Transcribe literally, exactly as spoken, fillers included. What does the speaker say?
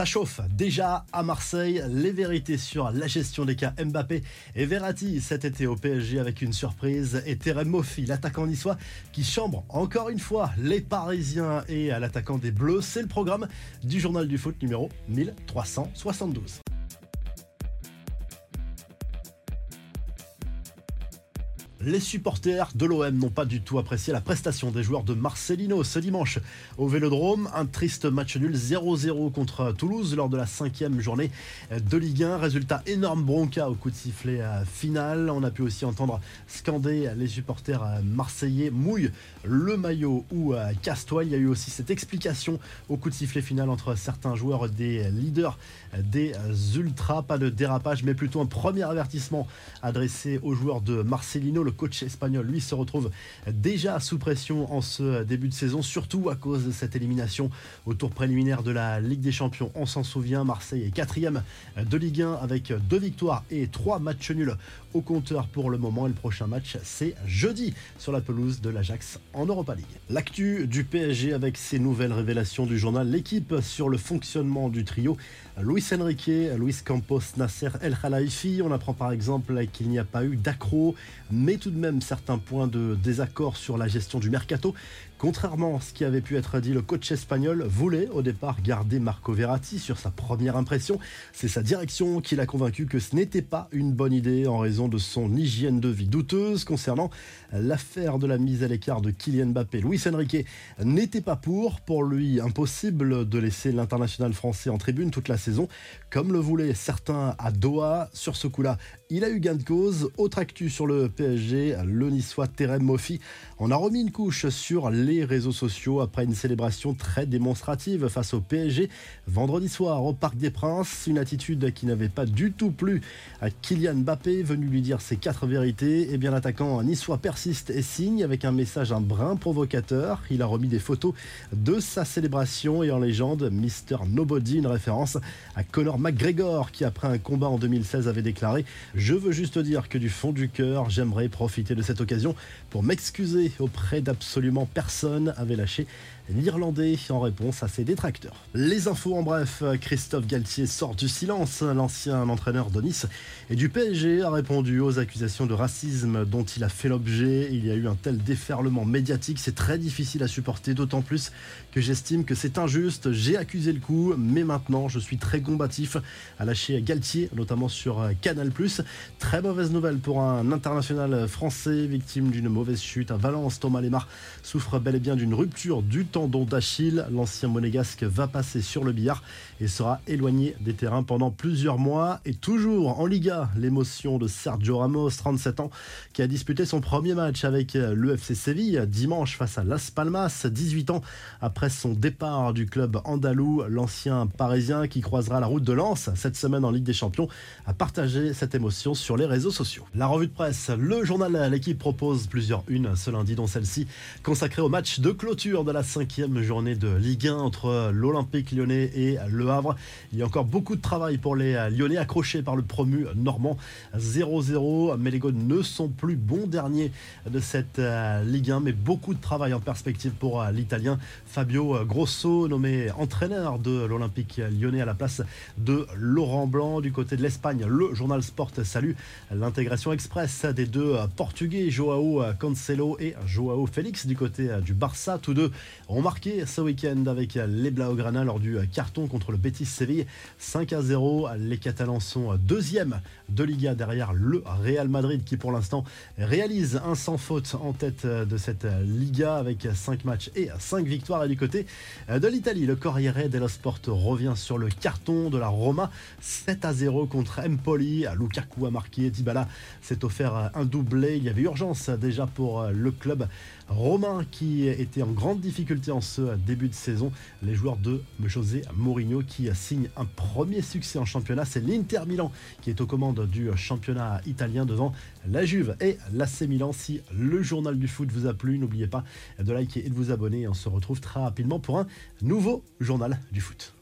Ça chauffe déjà à Marseille. Les vérités sur la gestion des cas Mbappé et Verratti cet été au P S G avec une surprise. Et Terem Moffi, l'attaquant niçois, qui chambre encore une fois les Parisiens et l'attaquant des Bleus. C'est le programme du journal du foot numéro mille trois cent soixante-douze. Les supporters de l'O M n'ont pas du tout apprécié la prestation des joueurs de Marcelino ce dimanche au Vélodrome. Un triste match nul zéro zéro contre Toulouse lors de la cinquième journée de Ligue un. Résultat, énorme bronca au coup de sifflet final. On a pu aussi entendre scander les supporters marseillais: mouille le maillot ou casse-toi. Il y a eu aussi cette explication au coup de sifflet final entre certains joueurs des leaders des Ultras. Pas de dérapage, mais plutôt un premier avertissement adressé aux joueurs de Marcelino. Le coach espagnol, lui, se retrouve déjà sous pression en ce début de saison, surtout à cause de cette élimination au tour préliminaire de la Ligue des Champions. On s'en souvient, Marseille est quatrième de Ligue un avec deux victoires et trois matchs nuls au compteur pour le moment. Et le prochain match, c'est jeudi sur la pelouse de l'Ajax en Europa League. L'actu du P S G avec ces nouvelles révélations du journal L'Équipe sur le fonctionnement du trio Luis Enrique, Luis Campos, Nasser El Khelaifi. On apprend par exemple qu'il n'y a pas eu d'accro, mais tout de même certains points de désaccord sur la gestion du mercato. Contrairement à ce qui avait pu être dit, le coach espagnol voulait au départ garder Marco Verratti sur sa première impression. C'est sa direction qui l'a convaincu que ce n'était pas une bonne idée en raison de son hygiène de vie douteuse. Concernant l'affaire de la mise à l'écart de Kylian Mbappé, Luis Enrique n'était pas pour. Pour lui, impossible de laisser l'international français en tribune toute la saison, comme le voulaient certains à Doha. Sur ce coup-là, il a eu gain de cause. Autre actu sur le P S G, le niçois Terem Moffi en a remis une couche sur les réseaux sociaux après une célébration très démonstrative face au P S G vendredi soir au Parc des Princes. Une attitude qui n'avait pas du tout plu à Kylian Mbappé, venu lui dire ses quatre vérités. Et bien l'attaquant niçois persiste et signe avec un message un brin provocateur. Il a remis des photos de sa célébration et en légende mister Nobody, une référence à Conor McGregor qui après un combat en deux mille seize avait déclaré: je veux juste dire que du fond du cœur, j'aimerais profiter de cette occasion pour m'excuser auprès d'absolument personne, avait lâché l'Irlandais en réponse à ses détracteurs. Les infos en bref, Christophe Galtier sort du silence. L'ancien entraîneur de Nice et du P S G a répondu aux accusations de racisme dont il a fait l'objet. Il y a eu un tel déferlement médiatique, c'est très difficile à supporter, d'autant plus que j'estime que c'est injuste. J'ai accusé le coup, mais maintenant je suis très combatif, a lâché Galtier, notamment sur Canal plus. Très mauvaise nouvelle pour un international français victime d'une mauvaise chute à Valence. Thomas Lemar souffre bel et bien d'une rupture du tendon d'Achille. L'ancien monégasque va passer sur le billard et sera éloigné des terrains pendant plusieurs mois. Et toujours en Liga, l'émotion de Sergio Ramos, trente-sept ans, qui a disputé son premier match avec l'U F C Séville dimanche face à Las Palmas, dix-huit ans après son départ du club andalou. L'ancien parisien qui croisera la route de Lens cette semaine en Ligue des Champions a partagé cette émotion sur les réseaux sociaux. La revue de presse, le journal L'Équipe propose plusieurs unes ce lundi, dont celle-ci consacrée au match de clôture de la cinquième journée de Ligue un entre l'Olympique Lyonnais et Le Havre. Il y a encore beaucoup de travail pour les Lyonnais, accrochés par le promu normand zéro zéro, mais les Gaunes ne sont plus bons derniers de cette Ligue un, mais beaucoup de travail en perspective pour l'Italien Fabio Grosso, nommé entraîneur de l'Olympique Lyonnais à la place de Laurent Blanc. Du côté de l'Espagne, le journal Sport salue l'intégration express des deux Portugais, Joao Cancelo et Joao Félix, du côté du Barça. Tous deux ont marqué ce week-end avec les Blaugrana lors du carton contre le Betis Séville cinq à zéro. Les Catalans sont deuxième de Liga derrière le Real Madrid qui pour l'instant réalise un sans faute en tête de cette Liga avec cinq matchs et cinq victoires. Et du côté de l'Italie, le Corriere dello Sport revient sur le carton de la Roma sept à zéro contre Empoli. Lukaku a marqué, Dybala s'est offert un doublé. Il y avait urgence déjà pour le club romain qui était en grande difficulté en ce début de saison. Les joueurs de José Mourinho qui signent un premier succès en championnat. C'est l'Inter Milan qui est aux commandes du championnat italien devant la Juve et l'A C Milan. Si le journal du foot vous a plu, n'oubliez pas de liker et de vous abonner. On se retrouve très rapidement pour un nouveau journal du foot.